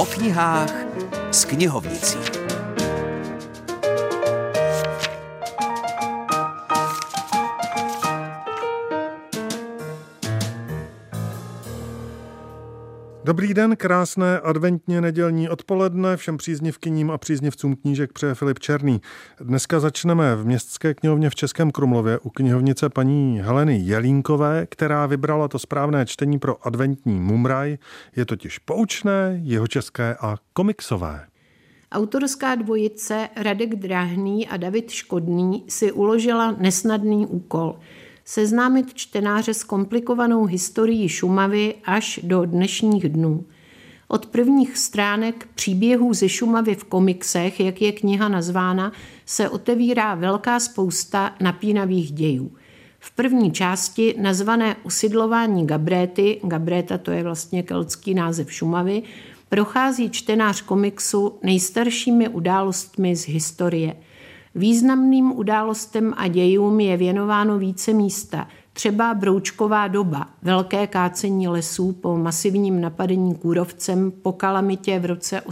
knihách s knihovnicí. Dobrý den, krásné adventně nedělní odpoledne všem příznivkyním a příznivcům knížek přeje Filip Černý. Dneska začneme v Městské knihovně v Českém Krumlově u knihovnice paní Heleny Jelínkové, která vybrala to správné čtení pro adventní mumraj. Je totiž poučné, jihočeské a komiksové. Autorská dvojice Radek Dráhný a David Škodný si uložila nesnadný úkol – seznámit čtenáře s komplikovanou historií Šumavy až do dnešních dnů. Od prvních stránek příběhů ze Šumavy v komiksech, jak je kniha nazvána, se otevírá velká spousta napínavých dějů. V první části, nazvané Usidlování Gabréty, Gabréta to je vlastně keltský název Šumavy, prochází čtenář komiksu nejstaršími událostmi z historie. Významným událostem a dějům je věnováno více místa, třeba Broučková doba, velké kácení lesů po masivním napadení kůrovcem po kalamitě v roce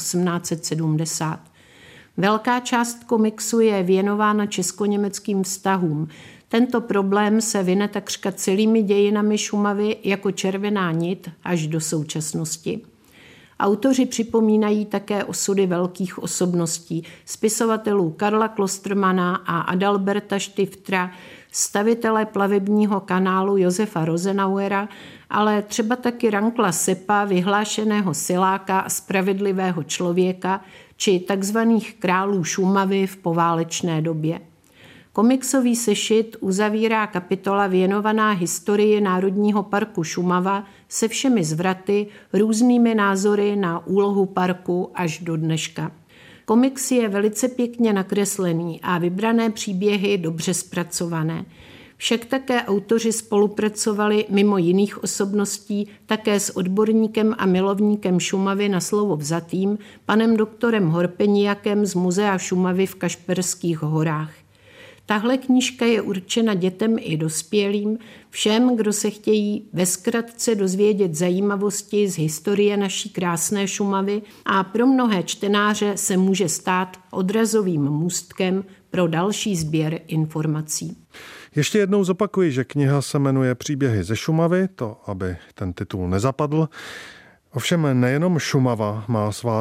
1870. Velká část komiksu je věnována česko-německým vztahům. Tento problém se vine takřka celými dějinami Šumavy jako červená nit až do současnosti. Autoři připomínají také osudy velkých osobností, spisovatelů Karla Klostermana a Adalberta Štiftra, stavitele plavebního kanálu Josefa Rosenauera, ale třeba taky Rankla Seppa, vyhlášeného siláka a spravedlivého člověka, či takzvaných králů Šumavy v poválečné době. Komiksový sešit uzavírá kapitola věnovaná historii Národního parku Šumava se všemi zvraty, různými názory na úlohu parku až do dneška. Komiks je velice pěkně nakreslený a vybrané příběhy dobře zpracované. Však také autoři spolupracovali mimo jiných osobností také s odborníkem a milovníkem Šumavy na slovo vzatým, panem doktorem Horpeniakem z Muzea Šumavy v Kašperských horách. Tahle knížka je určena dětem i dospělým, všem, kdo se chtějí ve zkratce dozvědět zajímavosti z historie naší krásné Šumavy, a pro mnohé čtenáře se může stát odrazovým můstkem pro další sběr informací. Ještě jednou zopakuji, že kniha se jmenuje Příběhy ze Šumavy, to aby ten titul nezapadl. Ovšem nejenom Šumava má svá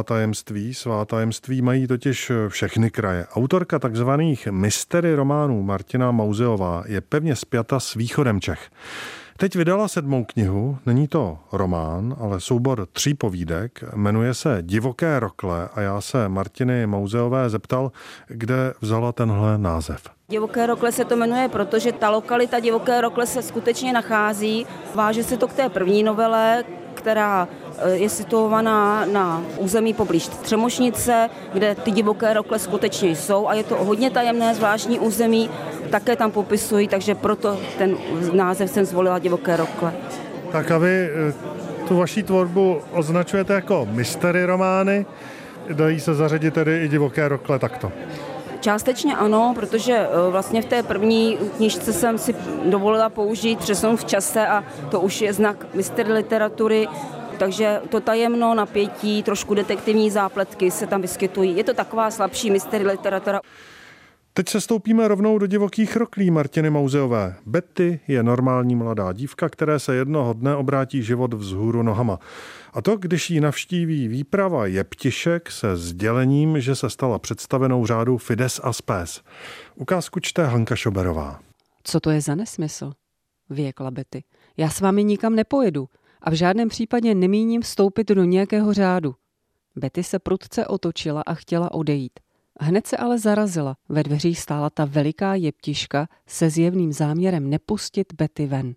tajemství mají totiž všechny kraje. Autorka takzvaných mystery románů Martina Mauzeová je pevně spjata s východem Čech. Teď vydala 7. knihu, není to román, ale soubor 3 povídek, jmenuje se Divoké rokle a já se Martiny Mauzeové zeptal, kde vzala tenhle název. Divoké rokle se to jmenuje, protože ta lokalita Divoké rokle se skutečně nachází. Váže se to k té první novele, která je situovaná na území poblíž Třemošnice, kde ty divoké rokle skutečně jsou a je to hodně tajemné zvláštní území, také tam popisují, takže proto ten název jsem zvolila Divoké rokle. Tak a vy tu vaší tvorbu označujete jako mystery romány, dají se zařadit tedy i Divoké rokle takto? Částečně ano, protože vlastně v té první knížce jsem si dovolila použít přesun v čase a to už je znak mystery literatury, takže to tajemno, napětí, trošku detektivní zápletky se tam vyskytují. Je to taková slabší mystery literatura. Teď se stoupíme rovnou do divokých roklí Martiny Mauzeové. Betty je normální mladá dívka, které se jednoho dne obrátí život vzhůru nohama. A to, když jí navštíví výprava jeptišek se sdělením, že se stala představenou řádu Fides a Spes. Ukázku čte Hanka Šoberová. Co to je za nesmysl? Vyjekla Betty. Já s vámi nikam nepojedu a v žádném případě nemíním vstoupit do nějakého řádu. Betty se prudce otočila a chtěla odejít. Hned se ale zarazila. Ve dveřích stála ta veliká jeptiška se zjevným záměrem nepustit Betty ven.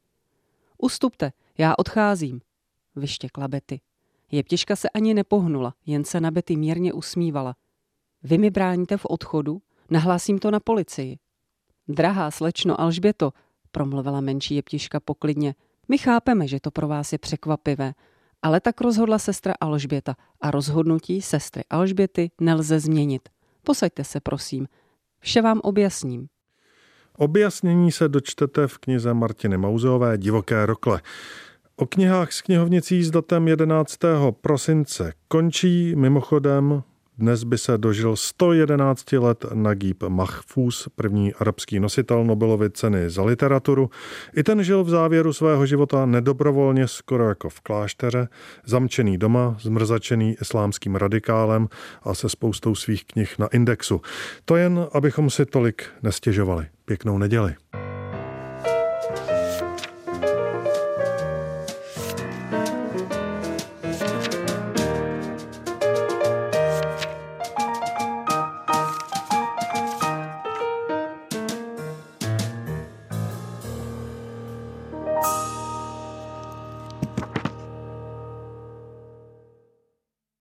Ustupte, já odcházím, vyštěkla Betty. Jeptiška se ani nepohnula, jen se na Betty mírně usmívala. Vy mi bráníte v odchodu? Nahlásím to na policii. Drahá slečno Alžběto, promluvila menší jeptiška poklidně, my chápeme, že to pro vás je překvapivé, ale tak rozhodla sestra Alžběta a rozhodnutí sestry Alžběty nelze změnit. Posaďte se, prosím. Vše vám objasním. Objasnění se dočtete v knize Martiny Mauzeové Divoké rokle. O knihách z knihovnicí s datem 11. prosince končí. Mimochodem, dnes by se dožil 111 let Naguib Mahfúz, první arabský nositel Nobelovy ceny za literaturu. I ten žil v závěru svého života nedobrovolně, skoro jako v klášteře, zamčený doma, zmrzačený islámským radikálem a se spoustou svých knih na indexu. To jen, abychom si tolik nestěžovali. Pěknou neděli.